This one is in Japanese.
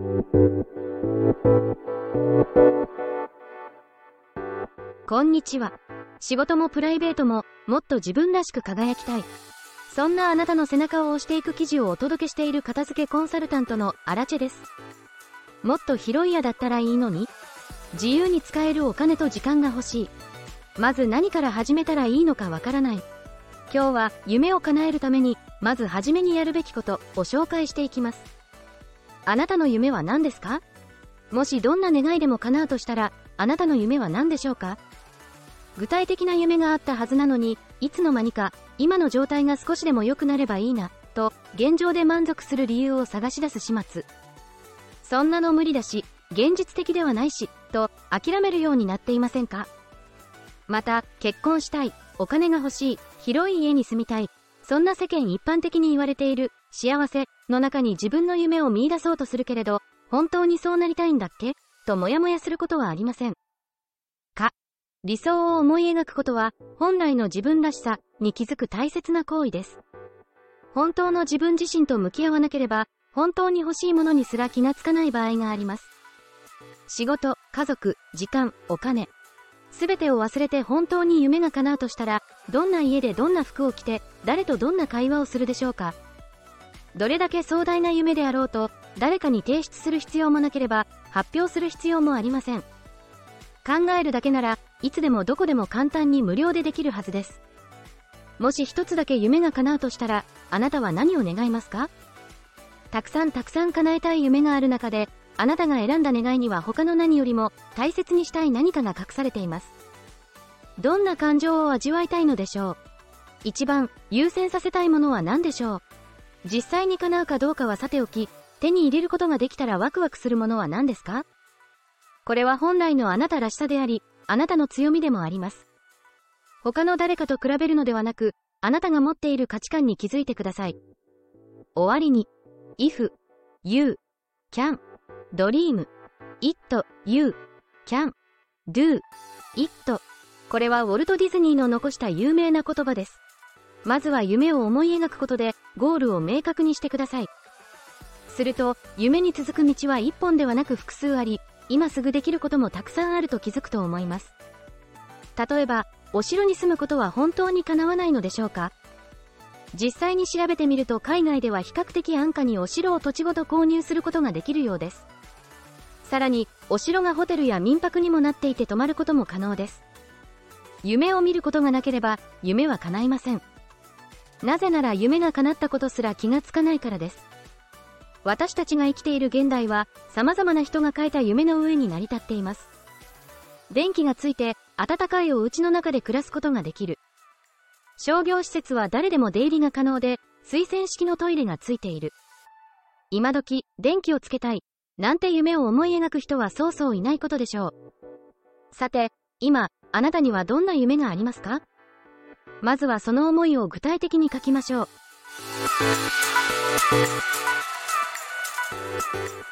こんにちは。仕事もプライベートももっと自分らしく輝きたい。そんなあなたの背中を押していく記事をお届けしている片付けコンサルタントのアラチェです。もっと広い家だったらいいのに、自由に使えるお金と時間が欲しい。まず何から始めたらいいのかわからない。今日は夢を叶えるためにまず初めにやるべきことを紹介していきます。あなたの夢は何ですか？もしどんな願いでも叶うとしたら、あなたの夢は何でしょうか？具体的な夢があったはずなのに、いつの間にか今の状態が少しでも良くなればいいなと現状で満足する理由を探し出す始末。そんなの無理だし現実的ではないしと諦めるようになっていませんか？また、結婚したい、お金が欲しい、広い家に住みたい、そんな世間一般的に言われている幸せの中に自分の夢を見出そうとするけれど、本当にそうなりたいんだっけともやもやすることはありませんか？理想を思い描くことは本来の自分らしさに気づく大切な行為です。本当の自分自身と向き合わなければ、本当に欲しいものにすら気がつかない場合があります。仕事、家族、時間、お金、すべてを忘れて本当に夢が叶うとしたら、どんな家でどんな服を着て、誰とどんな会話をするでしょうか？どれだけ壮大な夢であろうと、誰かに提出する必要もなければ、発表する必要もありません。考えるだけなら、いつでもどこでも簡単に無料でできるはずです。もし一つだけ夢が叶うとしたら、あなたは何を願いますか？たくさん叶えたい夢がある中で、あなたが選んだ願いには他の何よりも大切にしたい何かが隠されています。どんな感情を味わいたいのでしょう？一番優先させたいものは何でしょう？実際に叶うかどうかはさておき、手に入れることができたらワクワクするものは何ですか？これは本来のあなたらしさであり、あなたの強みでもあります。他の誰かと比べるのではなく、あなたが持っている価値観に気づいてください。終わりに、if, you, can, dream, it, you, can, do, it。これはウォルト・ディズニーの残した有名な言葉です。まずは夢を思い描くことで、ゴールを明確にしてください。すると、夢に続く道は一本ではなく複数あり、今すぐできることもたくさんあると気づくと思います。例えば、お城に住むことは本当に叶わないのでしょうか？実際に調べてみると海外では比較的安価にお城を土地ごと購入することができるようです。さらに、お城がホテルや民泊にもなっていて泊まることも可能です。夢を見ることがなければ、夢は叶いません。なぜなら夢が叶ったことすら気がつかないからです。私たちが生きている現代は、様々な人が描いた夢の上に成り立っています。電気がついて、暖かいお家の中で暮らすことができる。商業施設は誰でも出入りが可能で、水洗式のトイレがついている。今時、電気をつけたい、なんて夢を思い描く人はそうそういないことでしょう。さて、今、あなたにはどんな夢がありますか？まずはその思いを具体的に書きましょう。